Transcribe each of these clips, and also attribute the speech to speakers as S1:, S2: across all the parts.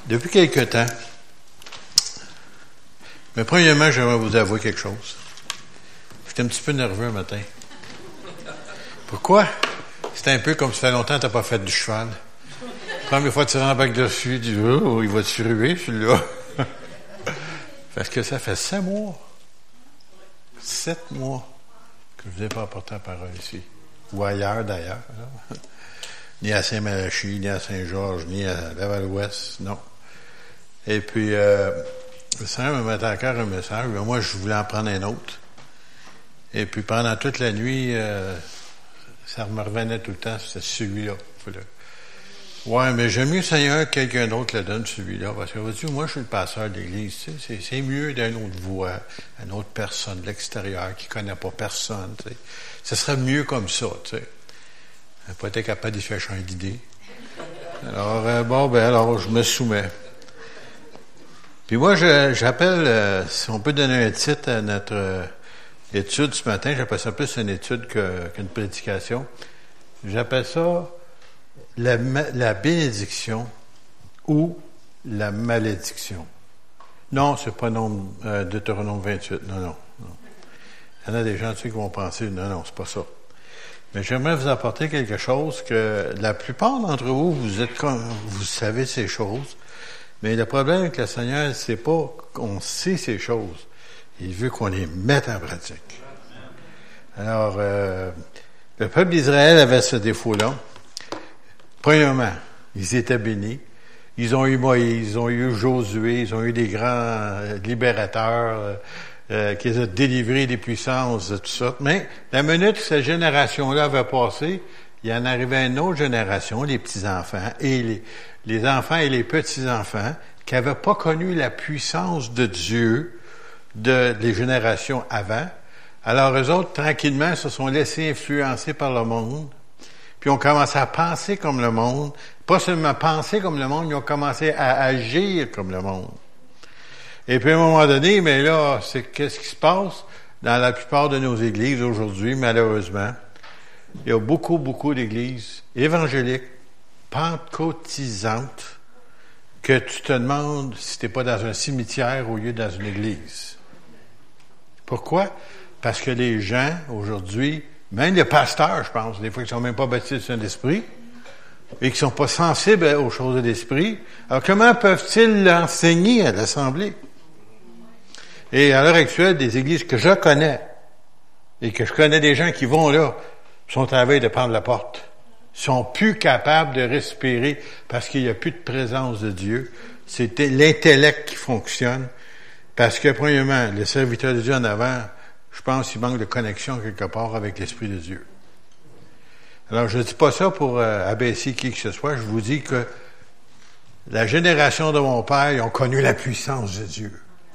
S1: Depuis quelque temps, mais premièrement, j'aimerais vous avouer quelque chose. J'étais un petit peu nerveux un matin. Pourquoi? C'était un peu comme ça fait longtemps que tu n'as pas fait du cheval. Première fois que tu rembarques dessus, tu dis, oh, il va te ruer, celui-là. Parce que ça fait 7 mois. 7 mois que je ne vous ai pas apporté la parole ici. Ou ailleurs, d'ailleurs. Ni à Saint-Malachie, ni à Saint-Georges, ni à Laval-Ouest, non. Et puis, le Seigneur me mettait encore un message, mais moi, je voulais en prendre un autre. Et puis, pendant toute la nuit, ça me revenait tout le temps, c'était celui-là. Ouais, mais j'aime mieux, Seigneur, que quelqu'un d'autre le donne, celui-là. Parce que, vois-tu, moi, je suis le pasteur de l'Église. Tu sais, c'est mieux d'une autre voix, une autre personne de l'extérieur qui connaît pas personne. Tu sais. Ce serait mieux comme ça, tu sais. Elle n'a pas été capable d'y faire changer d'idée. Alors, alors, je me soumets. Puis moi, j'appelle, si on peut donner un titre à notre étude ce matin, j'appelle ça plus une étude qu'une prédication. J'appelle ça la bénédiction ou la malédiction. Non, c'est pas Deutéronome 28. Non. Il y en a des gens, tu sais, qui vont penser, non, c'est pas ça. Mais j'aimerais vous apporter quelque chose que la plupart d'entre vous, vous savez ces choses. Mais le problème avec le Seigneur, c'est pas qu'on sait ces choses. Il veut qu'on les mette en pratique. Alors, le peuple d'Israël avait ce défaut-là. Premièrement, ils étaient bénis. Ils ont eu Moïse, ils ont eu Josué, ils ont eu des grands libérateurs qui les ont délivrés des puissances de toutes sortes. Mais la minute que cette génération-là avait passé, il en arrivait une autre génération, les petits-enfants, et les enfants et les petits-enfants qui n'avaient pas connu la puissance de Dieu des générations avant. Alors, eux autres, tranquillement, se sont laissés influencer par le monde, puis ont commencé à penser comme le monde. Pas seulement penser comme le monde, ils ont commencé à agir comme le monde. Et puis, à un moment donné, mais là, qu'est-ce qui se passe dans la plupart de nos églises aujourd'hui, malheureusement? Il y a beaucoup d'églises évangéliques, pentecôtisantes, que tu te demandes si t'es pas dans un cimetière au lieu dans une église. Pourquoi? Parce que les gens, aujourd'hui, même les pasteurs, je pense, des fois, qui sont même pas baptisés du Saint-Esprit, et qui sont pas sensibles aux choses de l'Esprit, alors comment peuvent-ils l'enseigner à l'Assemblée? Et à l'heure actuelle, des églises que je connais, et que je connais des gens qui vont là, sont à la veille de prendre la porte, sont plus capables de respirer parce qu'il n'y a plus de présence de Dieu. C'est l'intellect qui fonctionne. Parce que, premièrement, le serviteur de Dieu en avant, je pense qu'il manque de connexion quelque part avec l'Esprit de Dieu. Alors, je ne dis pas ça pour abaisser qui que ce soit. Je vous dis que la génération de mon père, ils ont connu la puissance de Dieu.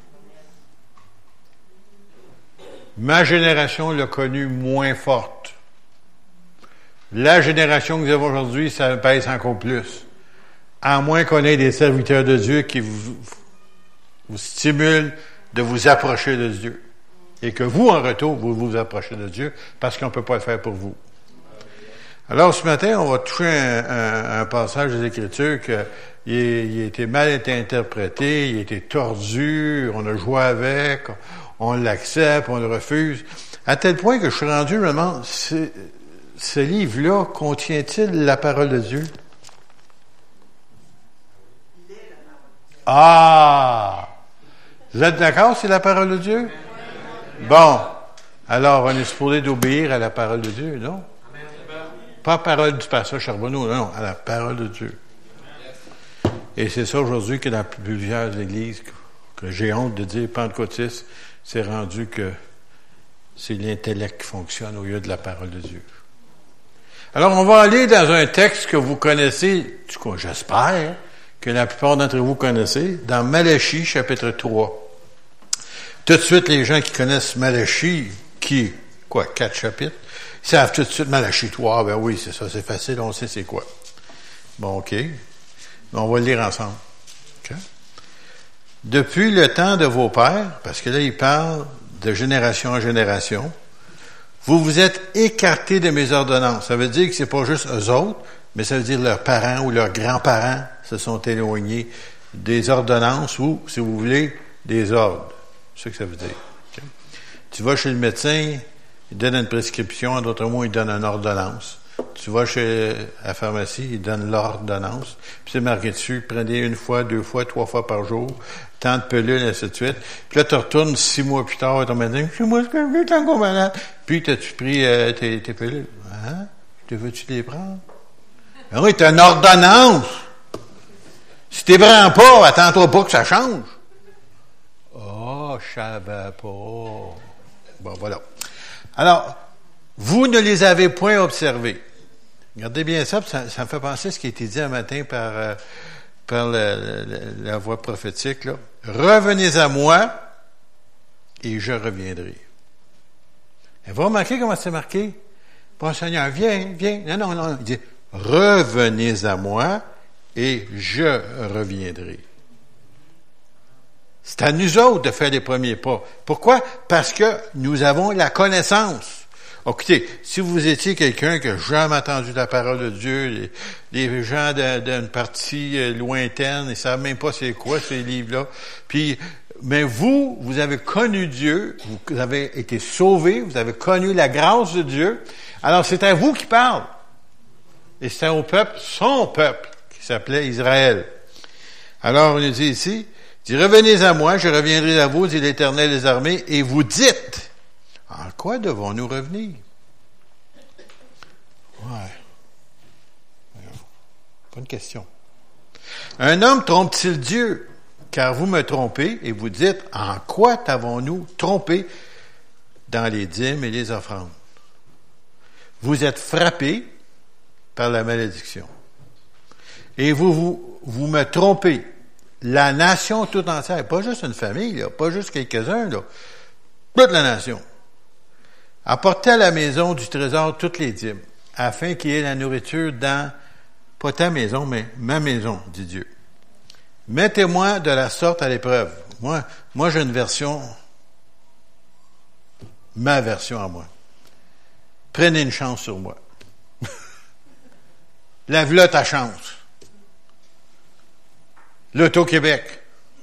S1: Ma génération l'a connue moins forte. La génération que vous avez aujourd'hui, ça pèse encore plus. À moins qu'on ait des serviteurs de Dieu qui vous stimulent de vous approcher de Dieu. Et que vous, en retour, vous vous approchez de Dieu parce qu'on ne peut pas le faire pour vous. Alors, ce matin, on va toucher un passage des Écritures qui a été mal interprété, il a été tordu, on a joué avec, on l'accepte, on le refuse. À tel point que je suis rendu, je me demande, ce livre-là contient-il la parole de Dieu? Ah! Vous êtes d'accord, c'est la parole de Dieu? Bon. Alors, on est supposé d'obéir à la parole de Dieu, non? Pas la parole du pasteur Charbonneau, non, à la parole de Dieu. Et c'est ça aujourd'hui que dans plusieurs églises, que j'ai honte de dire pentecôtistes, c'est rendu que c'est l'intellect qui fonctionne au lieu de la parole de Dieu. Alors, on va aller dans un texte que vous connaissez, j'espère, que la plupart d'entre vous connaissez, dans Malachie, chapitre 3. Tout de suite, les gens qui connaissent Malachie, 4 chapitres, ils savent tout de suite Malachie 3. Ben oui, c'est ça, c'est facile, on sait c'est quoi. Bon, OK. On va le lire ensemble. Okay. Depuis le temps de vos pères, parce que là, il parle de génération en génération, vous vous êtes écartés de mes ordonnances. Ça veut dire que c'est pas juste eux autres, mais ça veut dire leurs parents ou leurs grands-parents se sont éloignés des ordonnances ou, si vous voulez, des ordres. C'est ça que ça veut dire. Okay? Tu vas chez le médecin, il donne une prescription, en d'autres mots, il donne une ordonnance. Tu vas chez la pharmacie, il donne l'ordonnance. Puis c'est marqué dessus, prenez 1 fois, 2 fois, 3 fois par jour, tant de pilules, et ainsi de suite. Puis là, tu retournes 6 mois plus tard, et ton médecin, c'est moi ce que je veux, t'es encore malade. Puis, t'as-tu pris tes pilules? Hein? Tu veux-tu les prendre? Ben oui, t'as une ordonnance. Si t'es prends pas, attends-toi pas que ça change. Oh, je savais pas. Bon, voilà. Alors, vous ne les avez point observés. Regardez bien ça, ça me fait penser à ce qui a été dit un matin par la voix prophétique, là. Revenez à moi et je reviendrai. Et vous remarquez comment c'est marqué? Bon, Seigneur, viens. Non. Il dit, revenez à moi et je reviendrai. C'est à nous autres de faire les premiers pas. Pourquoi? Parce que nous avons la connaissance. Écoutez, si vous étiez quelqu'un qui n'a jamais entendu la parole de Dieu, les gens d'une partie lointaine, ils ne savent même pas c'est quoi ces livres-là. Mais vous avez connu Dieu, vous avez été sauvés, vous avez connu la grâce de Dieu. Alors c'est à vous qui parle. Et c'est au peuple, son peuple, qui s'appelait Israël. Alors on nous dit ici, dit, revenez à moi, je reviendrai à vous, dit l'Éternel des armées, et vous dites, en quoi devons-nous revenir? Ouais. Bonne question. Un homme trompe-t-il Dieu? Car vous me trompez et vous dites, en quoi t'avons-nous trompé dans les dîmes et les offrandes? Vous êtes frappés par la malédiction. Et vous me trompez. La nation tout entière, pas juste une famille, là, pas juste quelques-uns, là, toute la nation. Apportez à la maison du trésor toutes les dîmes, afin qu'il y ait la nourriture dans, pas ta maison, mais ma maison, dit Dieu. Mettez-moi de la sorte à l'épreuve. Moi, j'ai une version, ma version à moi. Prenez une chance sur moi. Lève-le ta chance. L'Auto-Québec.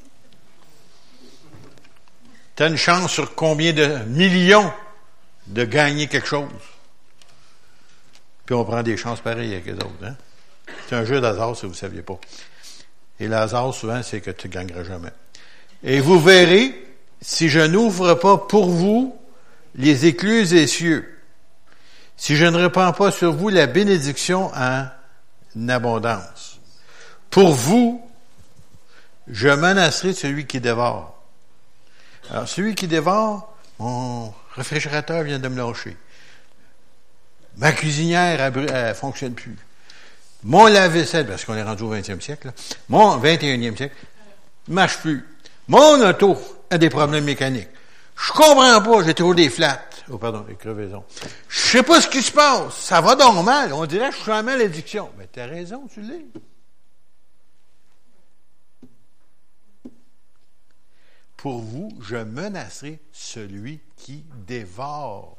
S1: Tu as une chance sur combien de millions de gagner quelque chose? Puis on prend des chances pareilles avec les autres. Hein? C'est un jeu d'hasard si vous ne saviez pas. Et le hasard, souvent, c'est que tu ne gagneras jamais. Et vous verrez, si je n'ouvre pas pour vous les écluses des cieux, si je ne répands pas sur vous la bénédiction en abondance, pour vous, je menacerai celui qui dévore. Alors, celui qui dévore, mon réfrigérateur vient de me lâcher. Ma cuisinière, elle fonctionne plus. Mon lave-vaisselle, parce qu'on est rendu au 20e siècle, là, mon 21e siècle, ne marche plus. Mon auto a des problèmes mécaniques. Je comprends pas, j'ai toujours des flats. Oh, pardon, des crevaisons. Je sais pas ce qui se passe. Ça va donc mal. On dirait que je suis en malédiction. Mais t'as raison, tu l'es. Pour vous, je menacerai celui qui dévore.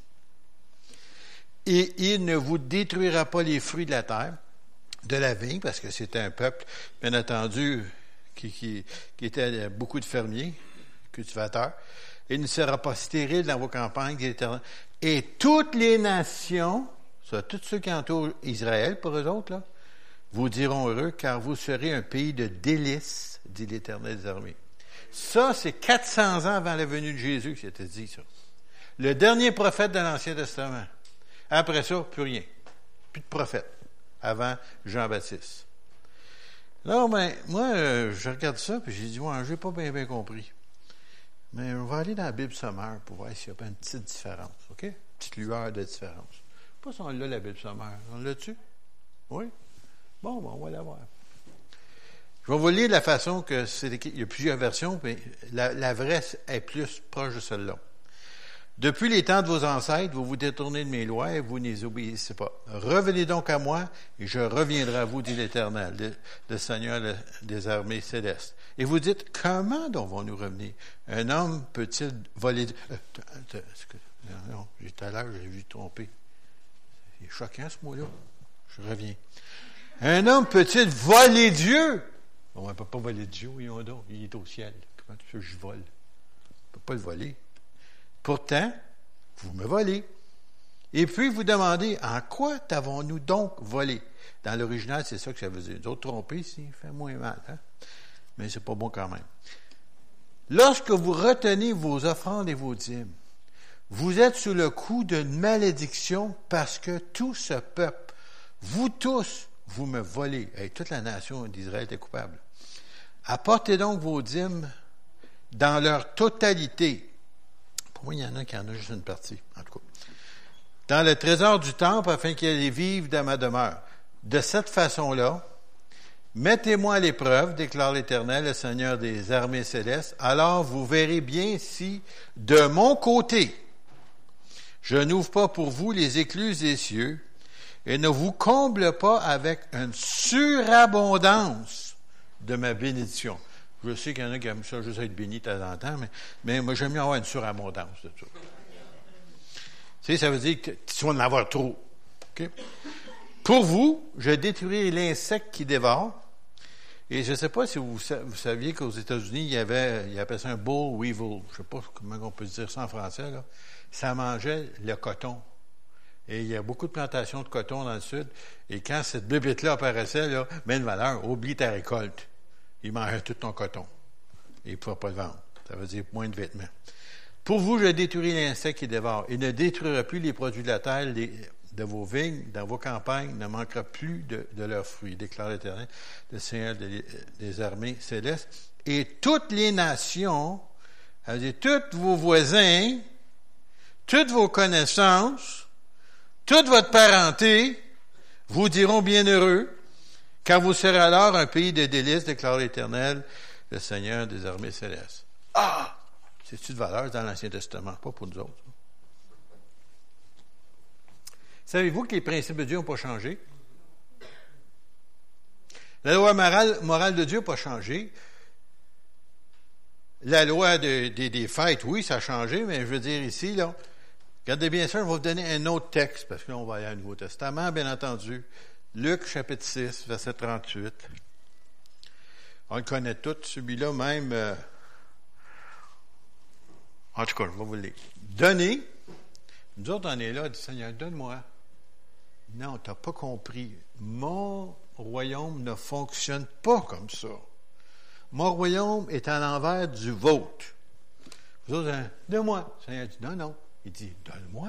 S1: Et il ne vous détruira pas les fruits de la terre, de la vigne, parce que c'était un peuple, bien entendu, qui était beaucoup de fermiers, cultivateurs. Il ne sera pas stérile dans vos campagnes, dit l'Éternel. Et toutes les nations, soit tous ceux qui entourent Israël, pour eux autres, là, vous diront heureux, car vous serez un pays de délices, dit l'Éternel des armées. Ça, c'est 400 ans avant la venue de Jésus que c'était dit, ça. Le dernier prophète de l'Ancien Testament. Après ça, plus rien. Plus de prophète. Avant Jean-Baptiste. Là, ben, moi, je regarde ça, puis j'ai dit, ouais, j'ai pas bien compris. Mais on va aller dans la Bible sommaire pour voir s'il n'y a pas une petite différence, OK? Une petite lueur de différence. Pas si on l'a, la Bible sommaire. On l'a-tu? Oui? Bon, on va la voir. Je vais vous lire de la façon que c'est écrit. Il y a plusieurs versions, mais la vraie est plus proche de celle-là. Depuis les temps de vos ancêtres, vous vous détournez de mes lois et vous n'y obéissez pas. Revenez donc à moi et je reviendrai à vous, dit l'Éternel, le Seigneur des armées célestes. Et vous dites, comment donc vont-nous revenir? Un homme peut-il voler... non, tout à l'heure, j'ai vu tromper. C'est choquant ce mot-là. Je reviens. Un homme peut-il voler Dieu? On ne peut pas voler Dieu, voyons donc. Il est au ciel. Comment tu veux que je vole? On ne peut pas le voler. Pourtant, vous me volez. Et puis, vous demandez, en quoi t'avons-nous donc volé? Dans l'original, c'est ça que ça veut dire. D'autres trompés ici, ça fait moins mal, hein? Mais c'est pas bon quand même. Lorsque vous retenez vos offrandes et vos dîmes, vous êtes sous le coup d'une malédiction parce que tout ce peuple, vous tous, vous me volez. Et toute la nation d'Israël est coupable. Apportez donc vos dîmes dans leur totalité. Pour moi, il y en a qui en a juste une partie, en tout cas. Dans le trésor du temple, afin qu'ils vivent dans ma demeure. De cette façon-là, mettez-moi à l'épreuve, déclare l'Éternel, le Seigneur des armées célestes, alors vous verrez bien si, de mon côté, je n'ouvre pas pour vous les écluses des cieux et ne vous comble pas avec une surabondance de ma bénédiction. Je sais qu'il y en a qui aiment ça, juste être béni de temps en temps, mais moi, j'aime mieux avoir une surabondance de ça. Tu sais, ça veut dire que tu vas en avoir trop. Okay? Pour vous, je détruirai l'insecte qui dévore. Et je ne sais pas si vous saviez qu'aux États-Unis, il appelait ça un boll weevil. Je ne sais pas comment on peut dire ça en français, là. Ça mangeait le coton. Et il y a beaucoup de plantations de coton dans le sud. Et quand cette bébête-là apparaissait, là, une valeur, oublie ta récolte. Il mangeait tout ton coton. Et il ne pouvait pas le vendre. Ça veut dire moins de vêtements. Pour vous, je détruirai l'insecte qui dévore. Il ne détruira plus les produits de la terre, de vos vignes, dans vos campagnes, ne manquera plus de leurs fruits, déclare l'Éternel, le Seigneur des armées célestes. Et toutes les nations, c'est-à-dire tous vos voisins, toutes vos connaissances, toute votre parenté, vous diront bienheureux, car vous serez alors un pays de délices, déclare l'Éternel, le Seigneur des armées célestes. Ah! C'est-tu de valeur dans l'Ancien Testament? Pas pour nous autres. Savez-vous que les principes de Dieu n'ont pas changé? La loi morale de Dieu n'a pas changé. La loi des fêtes, oui, ça a changé, mais je veux dire ici, là, regardez bien ça, je vais vous donner un autre texte, parce que là, on va aller au Nouveau Testament, bien entendu. Luc, chapitre 6, verset 38. On le connaît tous, celui-là même. En tout cas, je vais vous le lire. Donnez. Nous autres, on est là, dit Seigneur, donne-moi. Non, tu n'as pas compris. Mon royaume ne fonctionne pas comme ça. Mon royaume est à l'envers du vôtre. Vous autres, donne-moi. Le Seigneur dit, non. Il dit, donne-moi.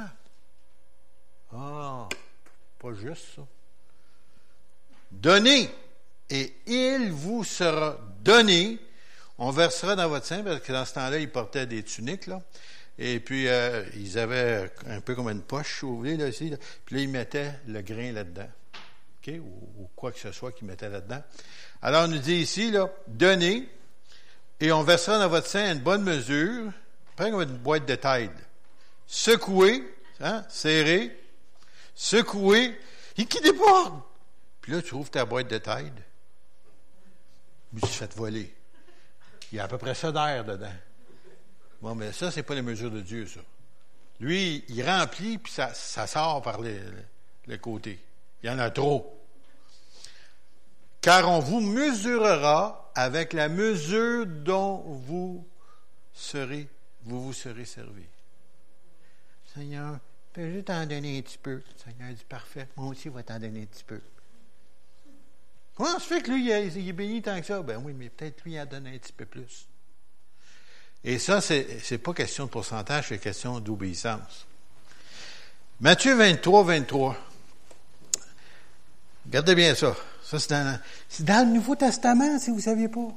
S1: Ah, pas juste ça. Donnez, et il vous sera donné. On versera dans votre sein, parce que dans ce temps-là, ils portaient des tuniques, là. Et puis, ils avaient un peu comme une poche, si vous voulez, là, ici. Là. Puis là, ils mettaient le grain là-dedans. OK? Ou quoi que ce soit qu'ils mettaient là-dedans. Alors, on nous dit ici, là, donnez, et on versera dans votre sein une bonne mesure. Prenez une boîte de taille. Secouez, hein, serrez, secouez, et qui déborde. Puis là, tu ouvres ta boîte de taille. Mais tu te fais voler. Il y a à peu près ça d'air dedans. Bon, mais ça, c'est pas les mesures de Dieu, ça. Lui, il remplit, puis ça sort par les côtés. Il y en a trop. Car on vous mesurera avec la mesure dont vous vous serez servi. Seigneur, peux-je t'en donner un petit peu? Le Seigneur dit, parfait, moi aussi, je vais t'en donner un petit peu. Comment se fait que lui, il est béni tant que ça? Ben oui, mais peut-être lui, il en donne un petit peu plus. Et ça, c'est pas question de pourcentage, c'est question d'obéissance. Matthieu 23. Regardez bien ça. Ça, c'est dans le Nouveau Testament, si vous ne saviez pas.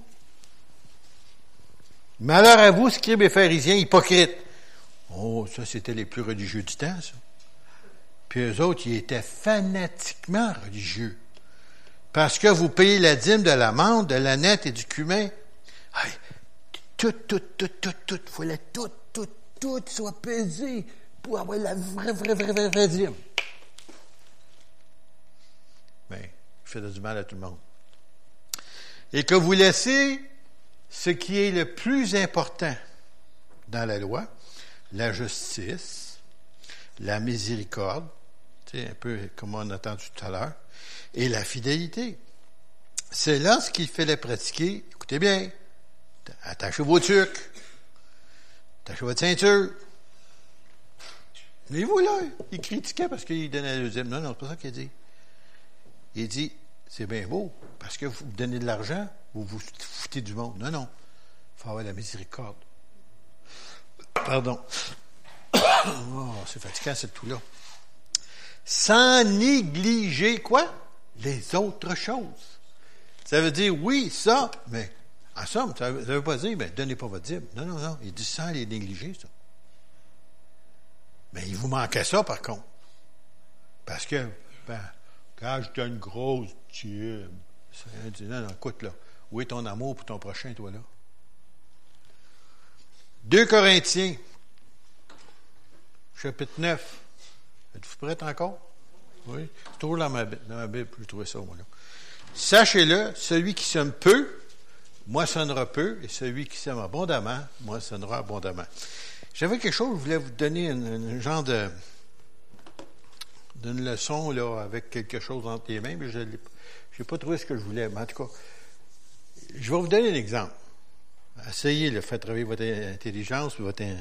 S1: Malheur à vous, scribes et pharisiens, hypocrites. Oh, ça, c'était les plus religieux du temps, ça. Puis eux autres, ils étaient fanatiquement religieux. Parce que vous payez la dîme de la menthe, de la nette et du cumin. Hey, tout. Il fallait tout soit pesé pour avoir la vraie dîme. Bien, je fais du mal à tout le monde. Et que vous laissez ce qui est le plus important dans la loi, la justice, la miséricorde, c'est un peu comme on a entendu tout à l'heure, et la fidélité. c'est là ce qu'il fallait pratiquer. Écoutez bien. Attachez vos tuques. Attachez votre ceinture. Mais vous, là, il critiquait parce qu'il donnait la deuxième. Non, c'est pas ça qu'il a dit. Il dit, c'est bien beau, parce que vous donnez de l'argent, vous vous foutez du monde. Non, non. Il faut avoir la miséricorde. Pardon. Oh, c'est fatigant, cette tout-là. Sans négliger quoi? Les autres choses. Ça veut dire, oui, ça, mais en somme, ça ne veut pas dire, donnez pas votre dîme. Non, non, non. Il dit sans les négliger, ça. Mais il vous manquait ça, par contre. Parce que, quand je donne une grosse dîme, il dit, non, non, écoute, là, où est ton amour pour ton prochain, toi, là? 2 Corinthiens, chapitre 9. Êtes-vous prêts encore? Oui. C'est toujours dans ma Bible, j'ai trouvé ça, moi, là. Sachez-le, celui qui sème peu, moissonnera peu, et celui qui sème abondamment, moissonnera abondamment. J'avais quelque chose, je voulais vous donner un genre d'une leçon, là, avec quelque chose entre les mains, mais je n'ai pas trouvé ce que je voulais. Mais en tout cas, je vais vous donner un exemple. Essayez de faire travailler votre intelligence,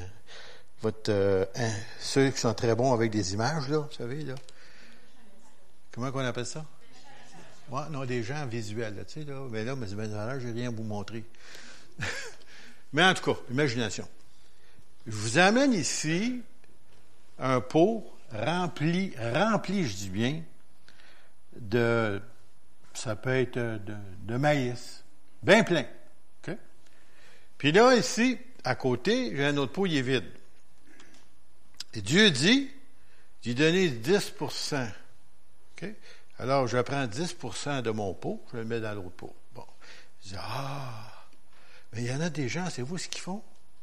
S1: ceux qui sont très bons avec des images, là, vous savez, là. Comment on appelle ça? Ouais, non, des gens visuels, là, tu sais, là. Mais là, je n'ai rien à vous montrer. Mais en tout cas, imagination. Je vous amène ici un pot rempli, je dis bien, ça peut être de maïs, bien plein. Okay? Puis là, ici, à côté, j'ai un autre pot, il est vide. Et Dieu dit, d'y donner 10%. Okay? Alors, je prends 10% de mon pot, je le mets dans l'autre pot. Bon. Je dis, mais il y en a des gens, c'est vous ce qu'ils font?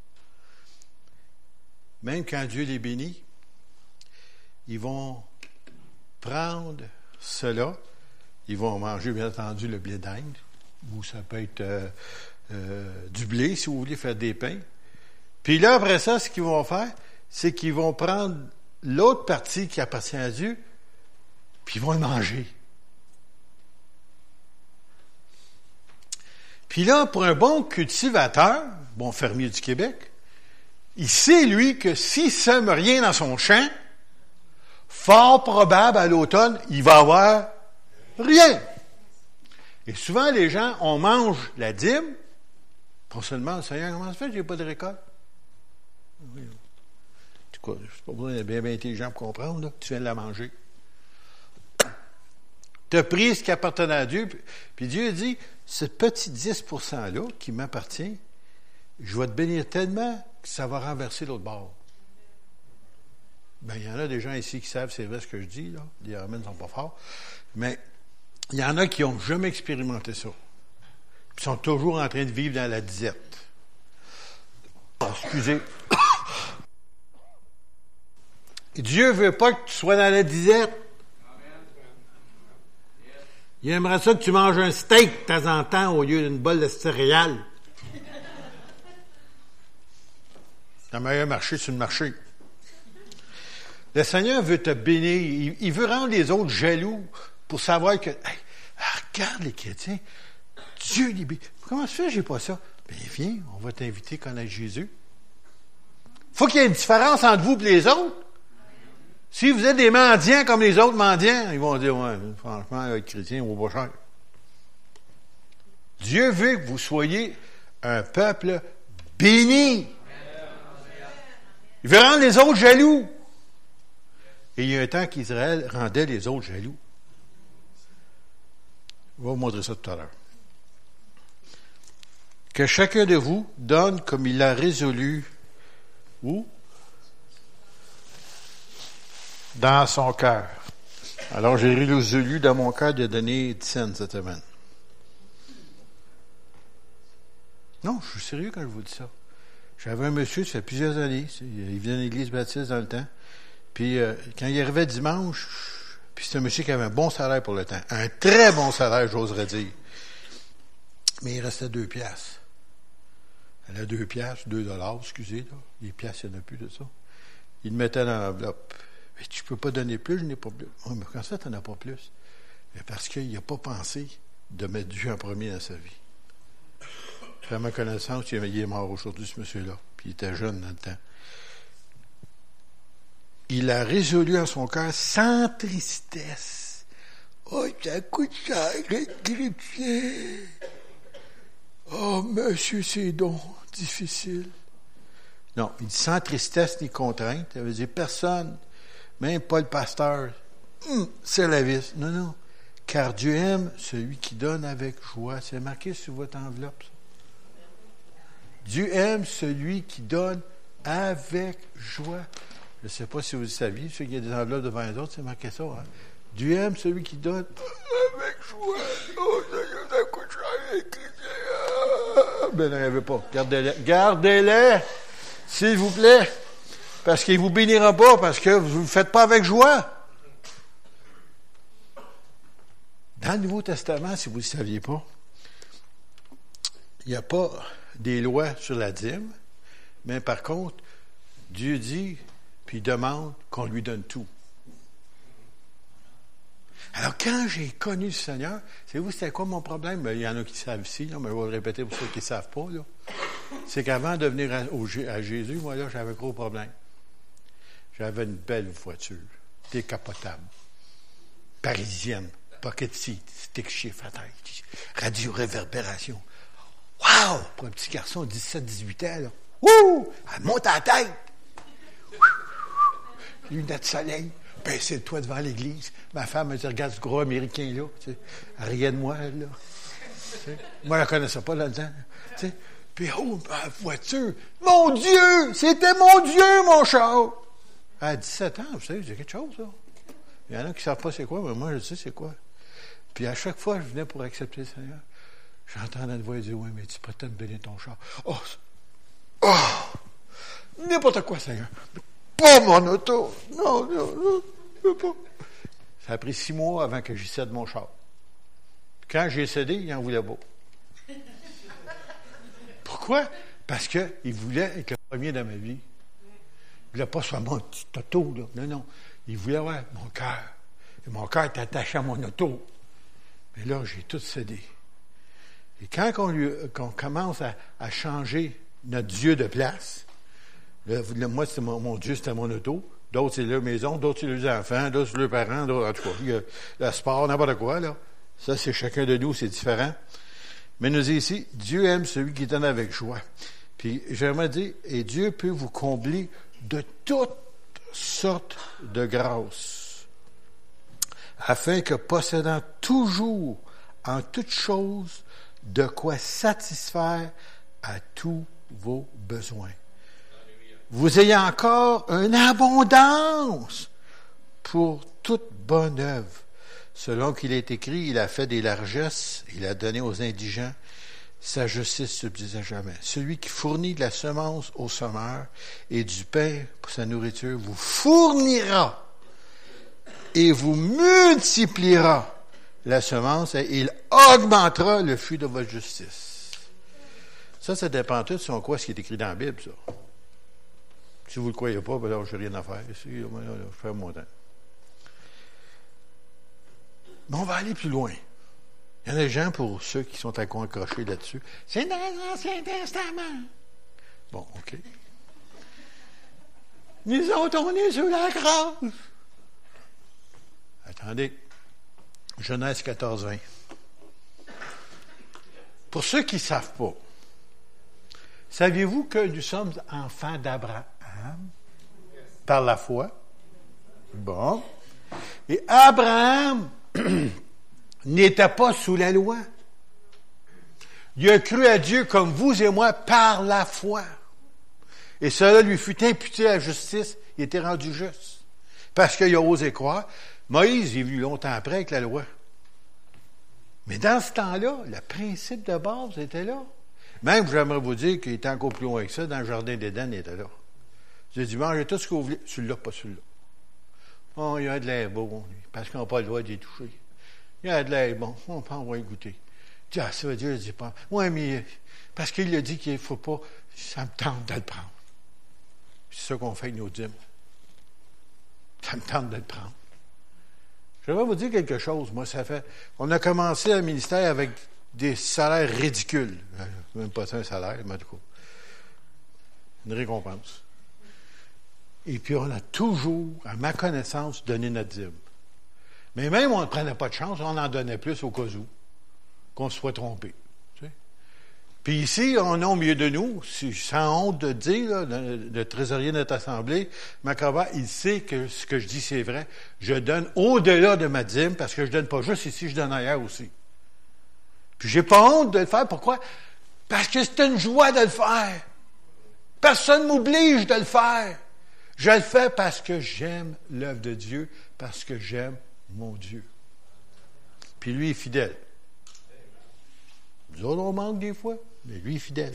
S1: Même quand Dieu les bénit, ils vont prendre cela, ils vont manger, bien entendu, le blé d'Inde, ou ça peut être du blé, si vous voulez faire des pains. Puis là, après ça, ce qu'ils vont faire, c'est qu'ils vont prendre l'autre partie qui appartient à Dieu, puis ils vont le manger. Puis là, pour un bon cultivateur, bon fermier du Québec, il sait, lui, que s'il ne sème rien dans son champ, fort probable, à l'automne, il va avoir rien. Et souvent, les gens, on mange la dîme, pour se demander, Seigneur, comment ça fait que je n'ai pas de récolte? Oui. En tout cas, je ne suis pas besoin d'être bien intelligent pour comprendre, là. Tu viens de la manger. Tu as pris ce qui appartenait à Dieu, puis Dieu dit, ce petit 10%-là qui m'appartient, je vais te bénir tellement que ça va renverser l'autre bord. Bien, il y en a des gens ici qui savent, c'est vrai ce que je dis, là. Les amens ne sont pas forts. Mais il y en a qui n'ont jamais expérimenté ça. Ils sont toujours en train de vivre dans la disette. Excusez. Et Dieu ne veut pas que tu sois dans la disette. Il aimerait ça que tu manges un steak de temps en temps au lieu d'une bolle de céréales. C'est le meilleur marché sur le marché. Le Seigneur veut te bénir. Il veut rendre les autres jaloux pour savoir que, regarde les chrétiens, Dieu les bénit. Comment ça fait que j'ai pas ça? Bien, viens, on va t'inviter à connaître Jésus. Faut qu'il y ait une différence entre vous et les autres. Si vous êtes des mendiants comme les autres mendiants, ils vont dire, ouais, franchement, être chrétien, on vaut pas cher. Dieu veut que vous soyez un peuple béni. Il veut rendre les autres jaloux. Et il y a un temps qu'Israël rendait les autres jaloux. Je vais vous montrer ça tout à l'heure. Que chacun de vous donne comme il l'a résolu. Où? Dans son cœur. Alors, j'ai résolu dans mon cœur de donner 10 cents cette semaine. Non, je suis sérieux quand je vous dis ça. J'avais un monsieur, ça fait plusieurs années, il venait de l'église baptiste dans le temps, puis quand il arrivait dimanche, puis c'était un monsieur qui avait un bon salaire pour le temps, un très bon salaire, j'oserais dire. Mais il restait 2 piastres. Elle a 2 piastres, $2, excusez, là. Les piastres, il n'y en a plus de ça. Il le mettait dans l'enveloppe. Mais tu peux pas donner plus, je n'ai pas plus. Oh, mais quand ça, tu n'en as pas plus? Mais parce qu'il n'a pas pensé de mettre Dieu en premier dans sa vie. À ma connaissance, il est mort aujourd'hui, ce monsieur-là. Puis il était jeune dans le temps. Il a résolu en son cœur sans tristesse. Oh, ça coûte cher être chrétien. Oh, monsieur, c'est donc difficile. Non, il dit sans tristesse ni contrainte. Ça veut dire personne, même pas le pasteur, c'est la vis. Non, non. Car Dieu aime celui qui donne avec joie. C'est marqué sur votre enveloppe, ça. Dieu aime celui qui donne avec joie. Je ne sais pas si vous le saviez, ceux qui ont des enveloppes devant les autres, c'est marqué ça. Hein? Dieu aime celui qui donne avec joie. Oh, ça coûte cher. Ben, n'en avait pas. Gardez-les. Gardez-les, s'il vous plaît. Parce qu'il ne vous bénira pas, parce que vous ne le faites pas avec joie. Dans le Nouveau Testament, si vous ne le saviez pas, il n'y a pas des lois sur la dîme, mais par contre, Dieu dit, puis il demande qu'on lui donne tout. Alors, quand j'ai connu le Seigneur, savez-vous, c'était quoi mon problème? Il y en a qui savent ici, là, mais je vais le répéter pour ceux qui ne savent pas. Là. C'est qu'avant de venir à Jésus, moi, là, j'avais un gros problème. J'avais une belle voiture, décapotable, parisienne, pocket seat, stick shift à tête, radio-réverbération. Wow! Pour un petit garçon de 17-18 ans, là. Wouh! Elle monte à la tête! Lunettes de soleil. Baisser le toit devant l'église. Ma femme me dit, regarde ce gros Américain là. Tu sais, elle riait de moi, elle, là. Tu sais, moi, je la connaissais pas là-dedans. Tu sais. Puis, oh, ma voiture. Mon Dieu! C'était mon Dieu, mon char! À 17 ans, vous savez, c'est quelque chose, là. Il y en a qui ne savent pas c'est quoi, mais moi, je sais c'est quoi. Puis, à chaque fois, je venais pour accepter le Seigneur. J'entendais une voix dire, oui, mais tu prétends me donner ton char. Oh! N'importe quoi, Seigneur. Pas mon auto. Non, je veux pas. Ça a pris 6 mois avant que j'y cède mon char. Quand j'ai cédé, il en voulait pas. Pourquoi? Parce qu'il voulait être le premier dans ma vie. Il voulait pas soit mon petit auto, là. Non, non. Il voulait avoir mon cœur. Et mon cœur était attaché à mon auto. Mais là, j'ai tout cédé. Et quand qu'on commence à changer notre Dieu de place, moi, c'était mon Dieu, c'était mon auto. D'autres, c'est leur maison. D'autres, c'est leurs enfants. D'autres, c'est leurs parents. D'autres, en tout cas, il y a le sport, n'importe quoi, là. Ça, c'est chacun de nous, c'est différent. Mais nous dit ici, Dieu aime celui qui donne avec joie. Puis, j'aimerais dire, et Dieu peut vous combler de toutes sortes de grâces, afin que, possédant toujours, en toutes choses, de quoi satisfaire à tous vos besoins. Vous ayez encore une abondance pour toute bonne œuvre. Selon qu'il est écrit, il a fait des largesses, il a donné aux indigents, sa justice subsiste à jamais. Celui qui fournit de la semence aux semeurs et du pain pour sa nourriture vous fournira et vous multipliera la semence et il augmentera le fruit de votre justice. Ça dépend tout sur quoi ce qui est écrit dans la Bible, ça. Si vous ne le croyez pas, ben là, je n'ai rien à faire. Ici, je fais mon temps. Mais on va aller plus loin. Il y en a des gens, pour ceux qui sont accrochés là-dessus, c'est dans l'Ancien Testament. Bon, OK. Nous autres, on est sur la grâce. Attendez. Genèse 14, 20. Pour ceux qui ne savent pas, saviez-vous que nous sommes enfants d'Abraham par la foi? Bon. Et Abraham n'était pas sous la loi. Il a cru à Dieu comme vous et moi par la foi. Et cela lui fut imputé à la justice. Il était rendu juste. Parce qu'il a osé croire. Moïse est venu longtemps après avec la loi. Mais dans ce temps-là, le principe de base était là. Même, j'aimerais vous dire qu'il était encore plus loin que ça, dans le jardin d'Éden, il était là. J'ai dit, mangez tout ce que vous voulez. Celui-là, pas celui-là. Oh, il y a de l'air bon, parce qu'on n'a pas le droit d'y toucher. Il y a de l'air bon, on peut en goûter. Je dis, ah, ça veut dire, je dis pas. Oui, mais, parce qu'il a dit qu'il ne faut pas, ça me tente de le prendre. C'est ça qu'on fait avec nos dîmes. Ça me tente de le prendre. Je vais vous dire quelque chose. Moi, on a commencé un ministère avec des salaires ridicules. Même pas ça, un salaire, mais en tout cas. Une récompense. Et puis, on a toujours, à ma connaissance, donné notre dîme. Mais même, on ne prenait pas de chance, on en donnait plus au cas où, qu'on se soit trompé. Tu sais. Puis ici, on est au milieu de nous, sans honte de dire, là, le trésorier de notre assemblée, Macaba, il sait que ce que je dis, c'est vrai. Je donne au-delà de ma dîme, parce que je donne pas juste ici, je donne ailleurs aussi. Puis j'ai pas honte de le faire. Pourquoi? Parce que c'est une joie de le faire. Personne ne m'oblige de le faire. Je le fais parce que j'aime l'œuvre de Dieu, parce que j'aime mon Dieu. Puis lui est fidèle. Nous autres, on manque des fois, mais lui est fidèle.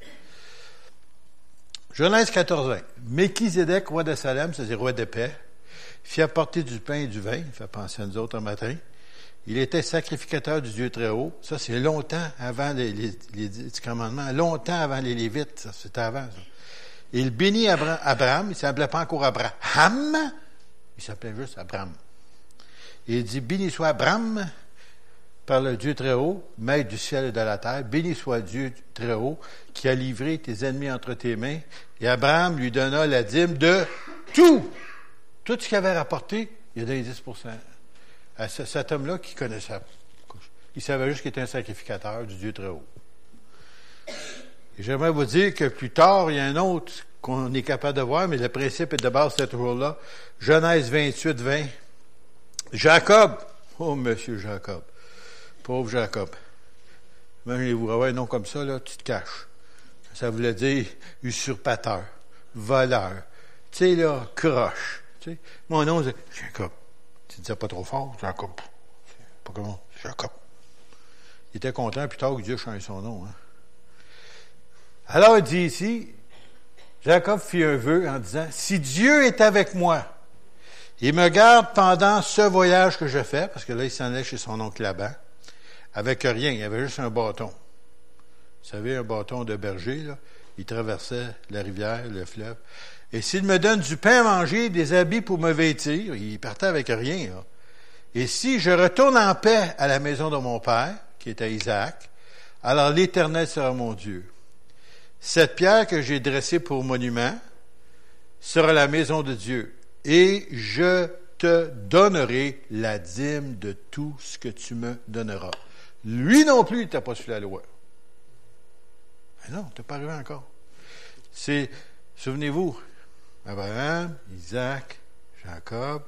S1: Genèse 14:20. Melchizedek, roi de Salem, c'est-à-dire roi de paix, fit apporter du pain et du vin, il fait penser à nous autres un matin. Il était sacrificateur du Dieu très haut. Ça, c'est longtemps avant les 10 commandements, longtemps avant les Lévites, ça, c'était avant ça. Il bénit Abraham, il ne s'appelait pas encore Abraham, il s'appelait juste Abraham. Et il dit, béni soit Abraham par le Dieu très haut, maître du ciel et de la terre, béni soit Dieu très haut, qui a livré tes ennemis entre tes mains. Et Abraham lui donna la dîme de tout. Tout ce qu'il avait rapporté, il a donné 10%. À cet homme-là qui connaissait, il savait juste qu'il était un sacrificateur du Dieu très haut. Et j'aimerais vous dire que plus tard, il y a un autre qu'on est capable de voir, mais le principe est de base, c'est toujours là. Genèse 28:20. Jacob. Oh, monsieur Jacob. Pauvre Jacob. Imaginez-vous, avoir un nom comme ça, là, tu te caches. Ça voulait dire usurpateur, voleur. Tu sais, là, croche. Tu sais, mon nom, c'est Jacob. Tu ne disais pas trop fort, Jacob. Pas comment? Jacob. Il était content plus tard que Dieu change son nom, hein. Alors, il dit ici, Jacob fit un vœu en disant, si Dieu est avec moi, il me garde pendant ce voyage que je fais, parce que là, il s'en allait chez son oncle Laban, avec rien, il y avait juste un bâton. Vous savez, un bâton de berger, là, il traversait la rivière, le fleuve. Et s'il me donne du pain à manger, des habits pour me vêtir, il partait avec rien, là. Et si je retourne en paix à la maison de mon père, qui était Isaac, alors l'Éternel sera mon Dieu. Cette pierre que j'ai dressée pour monument sera la maison de Dieu, et je te donnerai la dîme de tout ce que tu me donneras. Lui non plus, il n'était pas sur la loi. Mais non, tu n'es pas arrivé encore. Souvenez-vous, Abraham, Isaac, Jacob.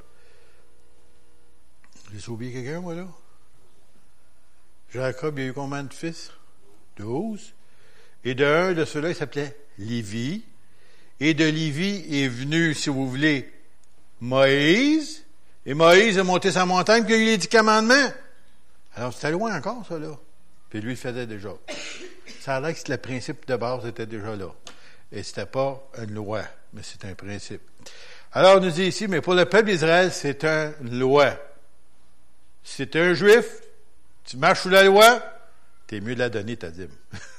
S1: J'ai oublié quelqu'un, moi, là? Jacob, il y a eu combien de fils? 12. Et d'un de ceux-là, il s'appelait Lévi. Et de Lévi est venu, si vous voulez, Moïse. Et Moïse est monté sa montagne, puis il a eu les 10 commandements. Alors, c'était loin encore, ça, là. Puis lui, il le faisait déjà. Ça a l'air que le principe de base était déjà là. Et c'était pas une loi, mais c'est un principe. Alors, on nous dit ici, mais pour le peuple d'Israël, c'est une loi. Si tu es un juif, tu marches sous la loi, t'es mieux de la donner, ta dîme.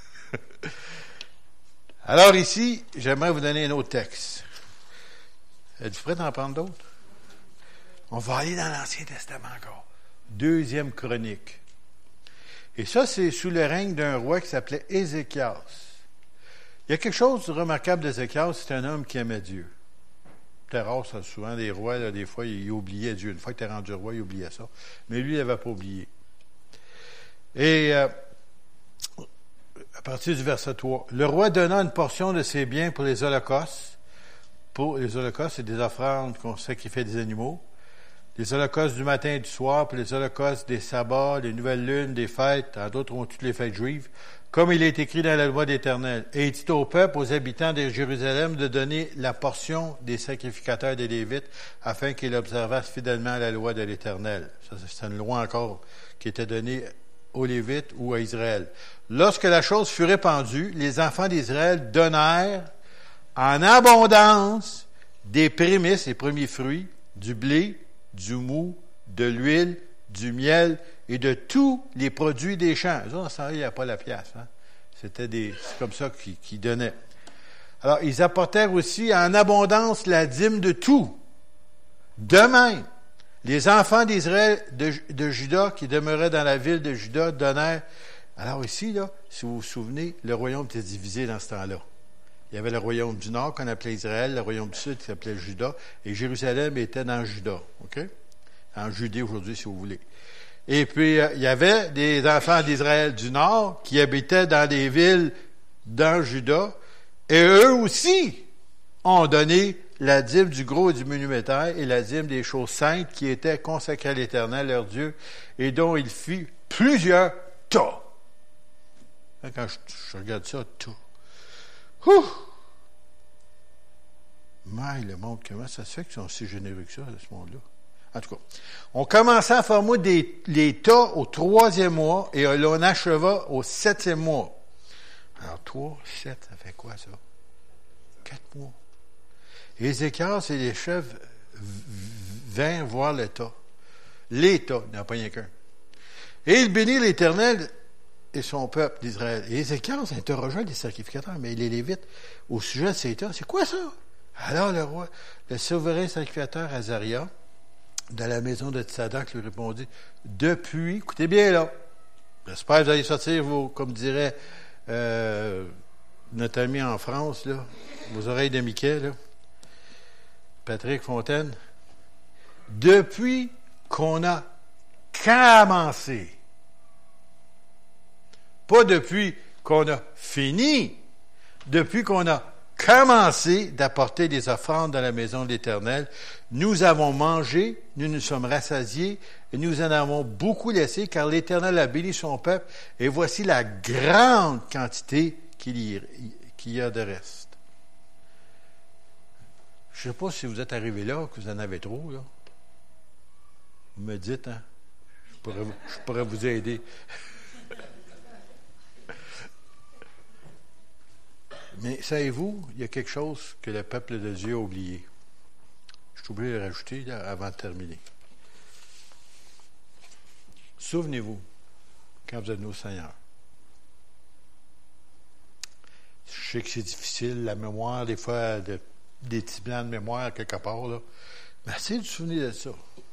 S1: Alors ici, j'aimerais vous donner un autre texte. Êtes-vous prêts d'en prendre d'autres? On va aller dans l'Ancien Testament encore. 2e Chronique. Et ça, c'est sous le règne d'un roi qui s'appelait Ézéchias. Il y a quelque chose de remarquable d'Ézéchias, c'est un homme qui aimait Dieu. C'était rare, ça, souvent, des rois, là, des fois, ils oubliaient Dieu. Une fois qu'il était rendu roi, il oubliait ça. Mais lui, il n'avait pas oublié. Et à partir du verset 3, le roi donna une portion de ses biens pour les holocaustes. Pour les holocaustes, c'est des offrandes qu'on sacrifiait des animaux. Les holocaustes du matin et du soir, puis les holocaustes des sabbats, les nouvelles lunes, des fêtes, en d'autres ont toutes les fêtes juives, comme il est écrit dans la loi d'Éternel. Et il dit au peuple, aux habitants de Jérusalem, de donner la portion des sacrificateurs des Lévites, afin qu'ils observassent fidèlement la loi de l'Éternel. Ça, c'est une loi encore qui était donnée aux Lévites ou à Israël. Lorsque la chose fut répandue, les enfants d'Israël donnèrent en abondance des prémices, les premiers fruits, du blé, du mou, de l'huile, du miel et de tous les produits des champs. Eux autres, il n'y a pas la pièce. Hein? C'est comme ça qu'ils donnaient. Alors, ils apportèrent aussi en abondance la dîme de tout. De même, Les enfants d'Israël, de Juda, qui demeuraient dans la ville de Juda, donnèrent... Alors ici, là, si vous vous souvenez, le royaume était divisé dans ce temps-là. Il y avait le royaume du Nord qu'on appelait Israël, le royaume du Sud qui s'appelait Juda, et Jérusalem était dans Juda, OK? En Judée aujourd'hui, si vous voulez. Et puis, il y avait des enfants d'Israël du Nord qui habitaient dans des villes dans Juda, et eux aussi ont donné la dîme du gros et du menu bétail et la dîme des choses saintes qui étaient consacrées à l'Éternel, leur Dieu, et dont il fit plusieurs tas. Quand je regarde ça, tout. Ouh! Mais le monde, comment ça se fait qu'ils sont si généreux que ça, ce monde-là? En tout cas, on commença à former les tas au 3e mois et l'on acheva au 7e mois. Alors, 3, 7, ça fait quoi, ça? 4 mois. Et Ézéchias et les chefs vinrent voir le tas. Les tas, il n'y en a pas rien qu'un. Et il bénit l'Éternel et son peuple d'Israël. Et Ézéchias interrogea les sacrificateurs, mais les Lévites, au sujet de ces tas, c'est quoi ça? Alors le roi, le souverain sacrificateur Azaria, de la maison de Tsadak, lui répondit, depuis, écoutez bien là, j'espère que vous allez sortir vos, comme dirait notre ami en France, là, vos oreilles de Mickey, là, Patrick Fontaine, depuis qu'on a commencé, pas depuis qu'on a fini, depuis qu'on a commencé d'apporter des offrandes dans la maison de l'Éternel, nous avons mangé, nous nous sommes rassasiés, et nous en avons beaucoup laissé, car l'Éternel a béni son peuple, et voici la grande quantité qu'il y a de reste. Je ne sais pas si vous êtes arrivé là, que vous en avez trop, là. Vous me dites, hein? Je pourrais vous aider. Mais savez-vous, il y a quelque chose que le peuple de Dieu a oublié. Je suis obligé de le rajouter là, avant de terminer. Souvenez-vous, quand vous êtes au Seigneur. Je sais que c'est difficile, la mémoire, des fois, des petits blancs de mémoire quelque part, là. Mais essayez de vous souvenir de ça.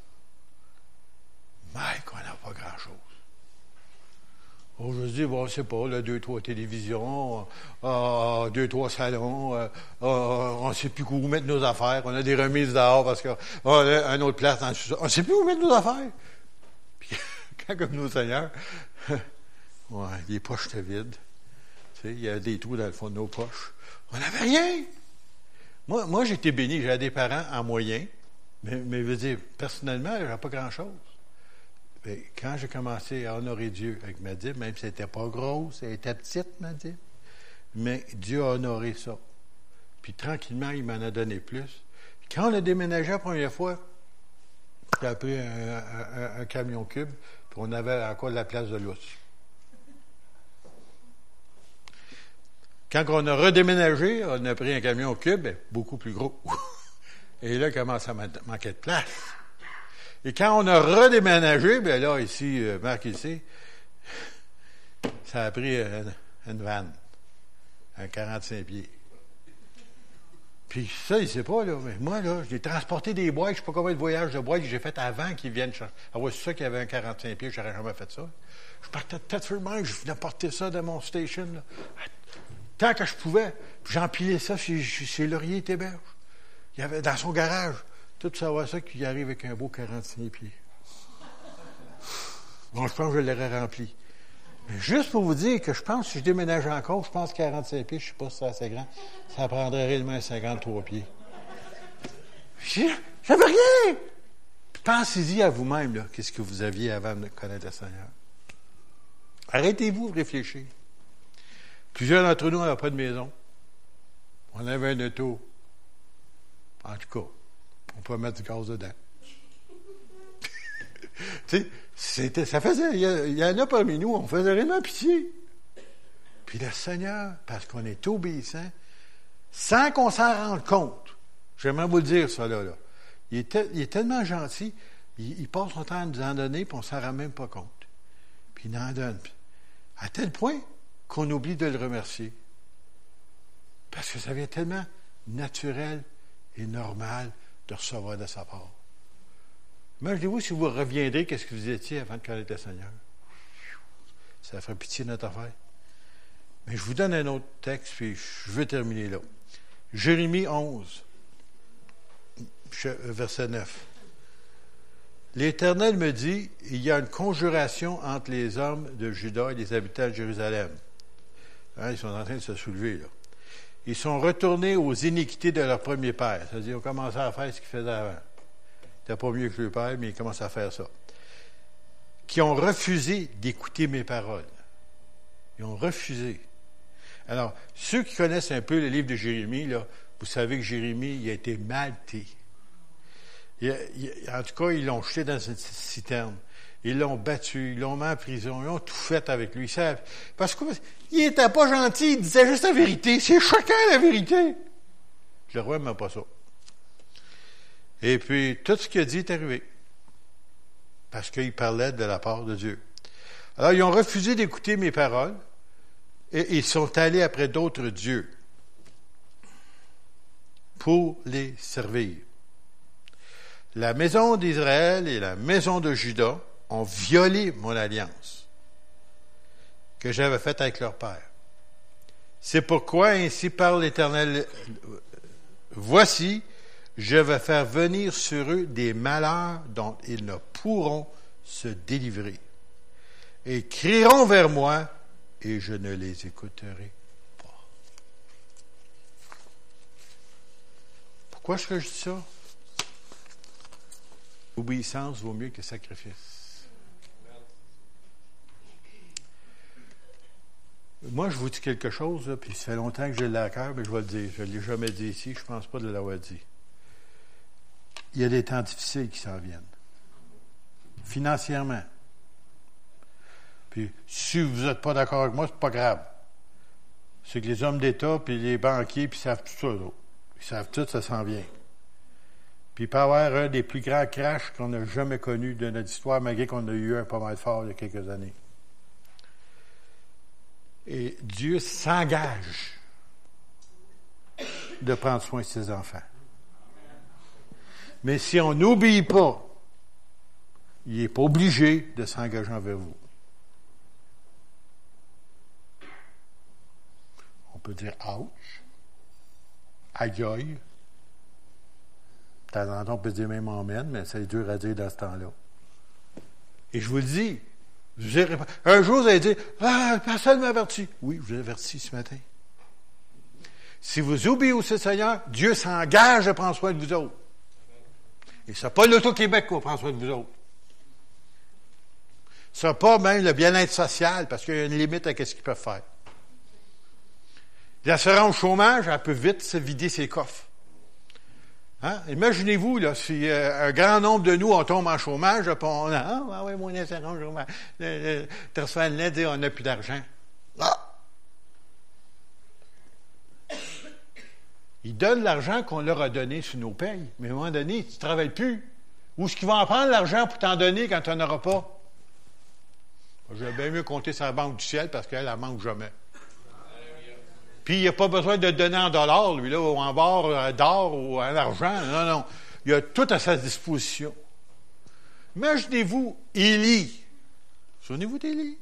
S1: Mais qu'on n'a pas grand-chose. Aujourd'hui, bon, je ne sais pas, là, 2-3 télévisions, 2-3 salons, on ne sait plus où mettre nos affaires. On a des remises dehors parce qu'on a une autre place dans le sous-sol. On ne sait plus où mettre nos affaires. Puis, quand comme nos seigneurs, ouais, les poches étaient vides. Tu sais, il y a des trous dans le fond de nos poches. On n'avait rien. Moi, j'ai été béni. J'avais des parents en moyen. Mais je veux dire, personnellement, je n'avais pas grand-chose. Mais quand j'ai commencé à honorer Dieu avec ma dîme, même si elle n'était pas grosse, elle était petite, ma dîme, mais Dieu a honoré ça. Puis tranquillement, il m'en a donné plus. Puis quand on a déménagé la première fois, j'ai pris un camion cube, puis on avait encore de la place de l'os. Quand on a redéménagé, on a pris un camion cube, beaucoup plus gros. Et là, il commence à manquer de place. Et quand on a redéménagé, bien là, ici, Marc ici, ça a pris une vanne, un 45 pieds. Puis ça, il ne sait pas, là, mais moi, là, j'ai transporté des boîtes, je ne sais pas combien de voyages de boîtes que j'ai fait avant qu'ils viennent chercher. Ah ouais, c'est ça qu'il y avait un 45 pieds, je n'aurais jamais fait ça. Je partais de Thetford, je venais porter ça dans mon station, là. Tant que je pouvais, puis j'empilais ça chez Laurier Théberge. Il y avait dans son garage. Tout savoir ça qu'il arrive avec un beau 45 pieds. Bon, je pense que je l'aurais rempli. Mais juste pour vous dire que je pense, si je déménage encore, je pense 45 pieds, je ne sais pas si c'est assez grand, ça prendrait réellement 53 pieds. J'avais rien! Pensez-y à vous-même, là, qu'est-ce que vous aviez avant de connaître le Seigneur. Arrêtez-vous de réfléchir. Plusieurs d'entre nous n'avaient pas de maison. On avait un auto. En tout cas, on peut mettre du gaz dedans. Tu sais, ça faisait, il y en a parmi nous, on faisait réellement pitié. Puis le Seigneur, parce qu'on est obéissant, sans qu'on s'en rende compte, j'aimerais vous le dire, ça là. Il est tellement gentil, il passe son temps à nous en donner, puis on ne s'en rend même pas compte. Puis il en donne. À tel point qu'on oublie de le remercier. Parce que ça vient tellement naturel et normal de recevoir de sa part. Imaginez-vous si vous reviendrez, qu'est-ce que vous étiez avant de connaître le Seigneur. Ça ferait pitié notre affaire. Mais je vous donne un autre texte, puis je veux terminer là. Jérémie 11, verset 9. L'Éternel me dit, il y a une conjuration entre les hommes de Juda et les habitants de Jérusalem. Ils sont en train de se soulever, là. Ils sont retournés aux iniquités de leur premier père. C'est-à-dire, ils ont commencé à faire ce qu'ils faisaient avant. C'était pas mieux que le père, mais ils commencent à faire ça. Qui ont refusé d'écouter mes paroles. Ils ont refusé. Alors, ceux qui connaissent un peu le livre de Jérémie, là, vous savez que Jérémie, il a été malté. En tout cas, ils l'ont jeté dans une citerne. Ils l'ont battu, ils l'ont mis en prison, ils ont tout fait avec lui. Parce qu'il n'était pas gentil, il disait juste la vérité. C'est choquant, la vérité. Le roi n'aime pas ça. Et puis, tout ce qu'il a dit est arrivé. Parce qu'il parlait de la part de Dieu. Alors, ils ont refusé d'écouter mes paroles et ils sont allés après d'autres dieux pour les servir. La maison d'Israël et la maison de Juda ont violé mon alliance que j'avais faite avec leur père. C'est pourquoi ainsi parle l'Éternel, voici, je vais faire venir sur eux des malheurs dont ils ne pourront se délivrer. Et ils crieront vers moi et je ne les écouterai pas. Pourquoi est-ce que je dis ça? L'obéissance vaut mieux que le sacrifice. Moi, je vous dis quelque chose, là, puis ça fait longtemps que j'ai le cœur, mais je vais le dire. Je ne l'ai jamais dit ici, je ne pense pas de l'avoir dit. Il y a des temps difficiles qui s'en viennent. Financièrement. Puis, si vous n'êtes pas d'accord avec moi, c'est pas grave. C'est que les hommes d'État, puis les banquiers, puis ils savent tout ça, là. Ils savent tout, ça s'en vient. Puis il peut y avoir un des plus grands crashs qu'on n'a jamais connus de notre histoire, malgré qu'on a eu un pas mal fort il y a quelques années. Et Dieu s'engage de prendre soin de ses enfants. Mais si on n'obéit pas, il n'est pas obligé de s'engager envers vous. On peut dire « ouch »,« aïe aïe ». De temps en temps, on peut dire même « amen », mais c'est dur à dire dans ce temps-là. Et je vous le dis, un jour, vous allez dire « ah, personne ne m'a averti ». Oui, je vous ai averti ce matin. Si vous obéissez au Seigneur, Dieu s'engage à prendre soin de vous autres. Et ce n'est pas l'Auto-Québec qui va prendre soin de vous autres. Ce n'est pas même le bien-être social, parce qu'il y a une limite à ce qu'ils peuvent faire. L'assurance chômage, elle peut vite se vider ses coffres. Hein? Imaginez-vous, là, si un grand nombre de nous, on tombe en chômage, puis on a « ah oui, mon assurance chômage, le transfert de l'aide dit on n'a plus d'argent. » Ah! Ils donnent l'argent qu'on leur a donné sur nos payes, mais à un moment donné, tu ne travailles plus. Où est-ce qu'ils vont en prendre l'argent pour t'en donner quand tu n'en auras pas? J'aurais bien mieux compter sur la Banque du ciel parce qu'elle, elle ne manque jamais. Puis, il n'y a pas besoin de donner en dollars, lui, là, ou en barre d'or ou en argent. Non, non. Il a tout à sa disposition. Imaginez-vous Élie. Souvenez-vous d'Élie?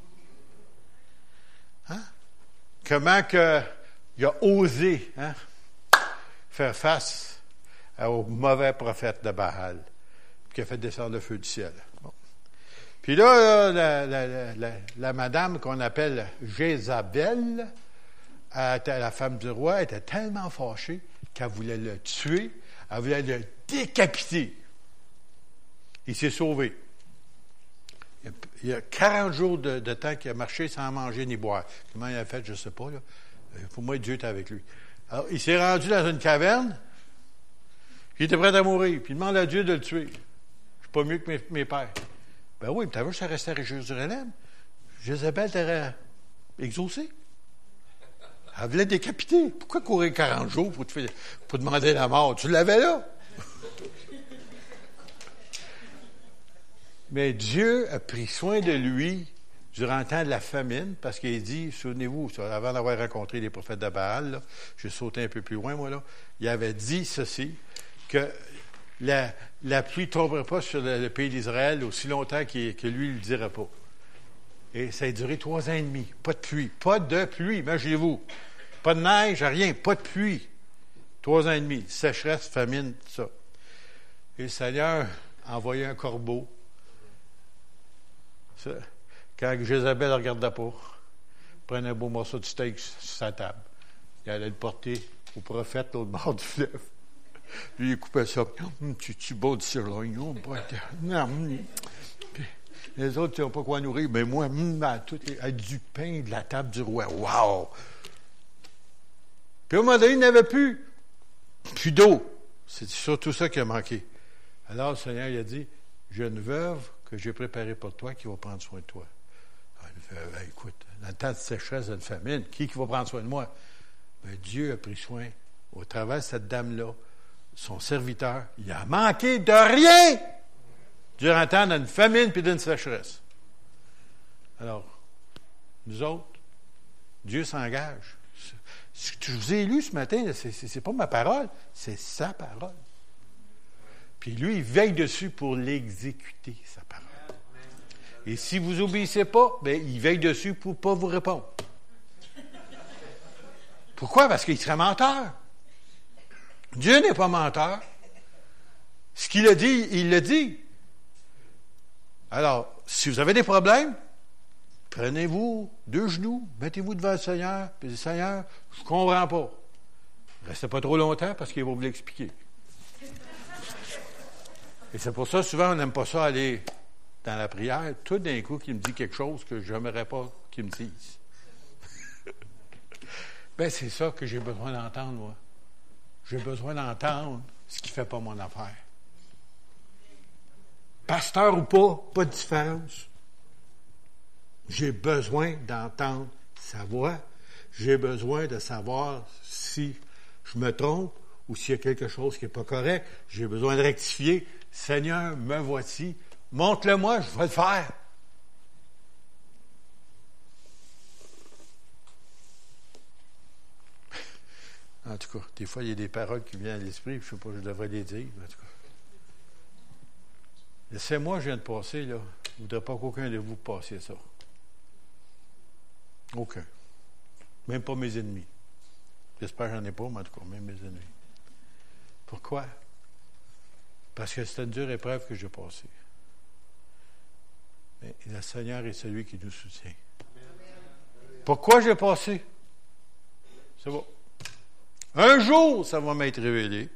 S1: Hein? Comment que il a osé faire face au mauvais prophète de Baal qui a fait descendre le feu du ciel. Bon. Puis là, la madame qu'on appelle Jézabel, la femme du roi, était tellement fâchée qu'elle voulait le tuer, elle voulait le décapiter. Il s'est sauvé. Il y a 40 jours de temps qu'il a marché sans manger ni boire. Comment il a fait, je ne sais pas. Là. Pour moi, Dieu était avec lui. Alors, il s'est rendu dans une caverne, il était prêt à mourir, puis il demande à Dieu de le tuer. Je ne suis pas mieux que mes pères. Ben oui, mais t'as vu, ça restait à Jérusalem. Jézabel t'aurait exaucé. Elle voulait décapiter. Pourquoi courir 40 jours pour demander la mort? Tu l'avais là. Mais Dieu a pris soin de lui durant le temps de la famine, parce qu'il dit, souvenez-vous, avant d'avoir rencontré les prophètes de Baal, là, je sautais un peu plus loin, moi, là, il avait dit ceci, que la pluie ne tomberait pas sur le pays d'Israël aussi longtemps que lui ne le dirait pas. Et ça a duré 3 ans et demi. Pas de pluie. Pas de pluie, imaginez-vous. Pas de neige, rien. Pas de pluie. 3 ans et demi. Sécheresse, famine, tout ça. Et le Seigneur a envoyé un corbeau. Ça, quand Jézabel ne regardait pas, prenait un beau morceau de steak sur sa table. Il allait le porter au prophète l'autre bord du fleuve. Lui, il coupait ça. Tu beau de sirloin. Les autres, ils n'ont pas quoi nourrir. Mais moi, tout du pain de la table du roi. Wow! Puis, au moment donné, il n'avait plus d'eau. C'est surtout ça qui a manqué. Alors, le Seigneur, il a dit, j'ai une veuve que j'ai préparée pour toi qui va prendre soin de toi. Alors, il fait, écoute, dans le temps de sécheresse et de famine, qui va prendre soin de moi? Mais Dieu a pris soin, au travers de cette dame-là, son serviteur, il a manqué de rien durant le temps d'une famine puis d'une sécheresse. Alors, nous autres, Dieu s'engage. Ce que je vous ai lu ce matin, c'est pas ma parole, c'est sa parole. Puis lui, il veille dessus pour l'exécuter, sa parole. Et si vous obéissez pas, bien, il veille dessus pour ne pas vous répondre. Pourquoi? Parce qu'il serait menteur. Dieu n'est pas menteur. Ce qu'il a dit, il le dit. Alors, si vous avez des problèmes, prenez-vous 2 genoux, mettez-vous devant le Seigneur, puis dites, Seigneur, je ne comprends pas. Restez pas trop longtemps parce qu'il va vous l'expliquer. Et c'est pour ça, souvent, on n'aime pas ça aller dans la prière, tout d'un coup, qu'il me dit quelque chose que je n'aimerais pas qu'il me dise. Bien, c'est ça que j'ai besoin d'entendre, moi. J'ai besoin d'entendre ce qui ne fait pas mon affaire. Pasteur ou pas de différence. J'ai besoin d'entendre sa voix. J'ai besoin de savoir si je me trompe ou s'il y a quelque chose qui n'est pas correct. J'ai besoin de rectifier. Seigneur, me voici. Montre-le-moi, je vais le faire. En tout cas, des fois, il y a des paroles qui viennent à l'esprit, je ne sais pas, je devrais les dire, mais en tout cas. Laissez-moi, je viens de passer, là. Je ne voudrais pas qu'aucun de vous passiez ça. Aucun. Même pas mes ennemis. J'espère que j'en ai pas, mais en tout cas, même mes ennemis. Pourquoi? Parce que c'est une dure épreuve que j'ai passée. Mais le Seigneur est celui qui nous soutient. Pourquoi j'ai passé? C'est bon. Un jour, ça va m'être révélé.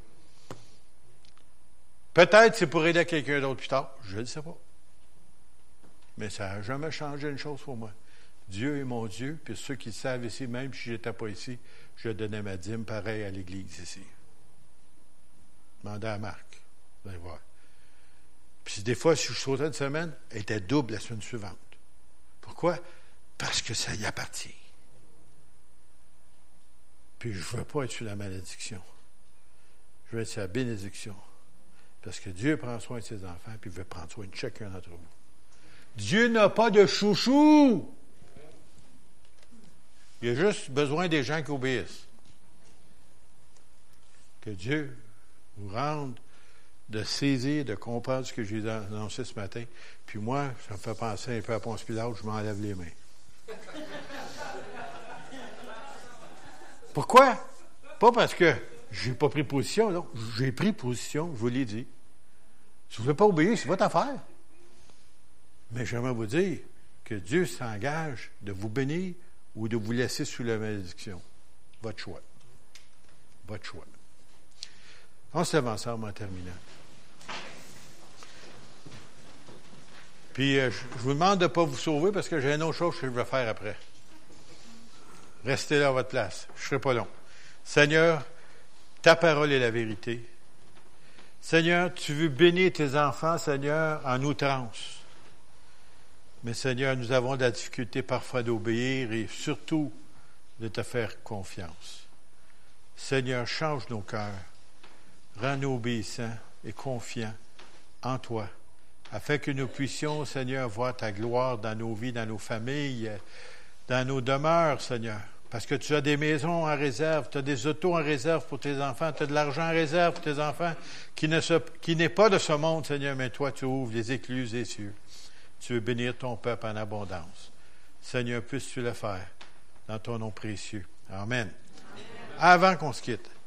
S1: Peut-être c'est pour aider quelqu'un d'autre plus tard. Je ne le sais pas. Mais ça n'a jamais changé une chose pour moi. Dieu est mon Dieu, puis ceux qui le savent ici, même si je n'étais pas ici, je donnais ma dîme pareil à l'Église ici. Demandez à Marc. Vous allez voir. Puis des fois, si je sautais une semaine, elle était double la semaine suivante. Pourquoi? Parce que ça y appartient. Puis je ne veux pas être sur la malédiction. Je veux être sur la bénédiction. Parce que Dieu prend soin de ses enfants, puis il veut prendre soin de chacun d'entre vous. Dieu n'a pas de chouchou. Il a juste besoin des gens qui obéissent. Que Dieu vous rende de saisir, de comprendre ce que j'ai annoncé ce matin. Puis moi, ça me fait penser un peu à Ponce Pilate, je m'en lave les mains. Pourquoi? Pas parce que j'ai pas pris position, non. J'ai pris position, je vous l'ai dit. Si vous ne voulez pas obéir, c'est votre affaire. Mais j'aimerais vous dire que Dieu s'engage de vous bénir ou de vous laisser sous la malédiction. Votre choix. Votre choix. On se lève ensemble en terminant. Puis, je vous demande de ne pas vous sauver parce que j'ai une autre chose que je vais faire après. Restez là à votre place. Je ne serai pas long. Seigneur, ta parole est la vérité. Seigneur, tu veux bénir tes enfants, Seigneur, en outrance. Mais Seigneur, nous avons de la difficulté parfois d'obéir et surtout de te faire confiance. Seigneur, change nos cœurs. Rends-nous obéissants et confiants en toi, afin que nous puissions, Seigneur, voir ta gloire dans nos vies, dans nos familles, dans nos demeures, Seigneur. Parce que tu as des maisons en réserve, tu as des autos en réserve pour tes enfants, tu as de l'argent en réserve pour tes enfants qui n'est pas de ce monde, Seigneur, mais toi, tu ouvres les écluses des cieux. Tu veux bénir ton peuple en abondance. Seigneur, puisses-tu le faire dans ton nom précieux. Amen. Avant qu'on se quitte,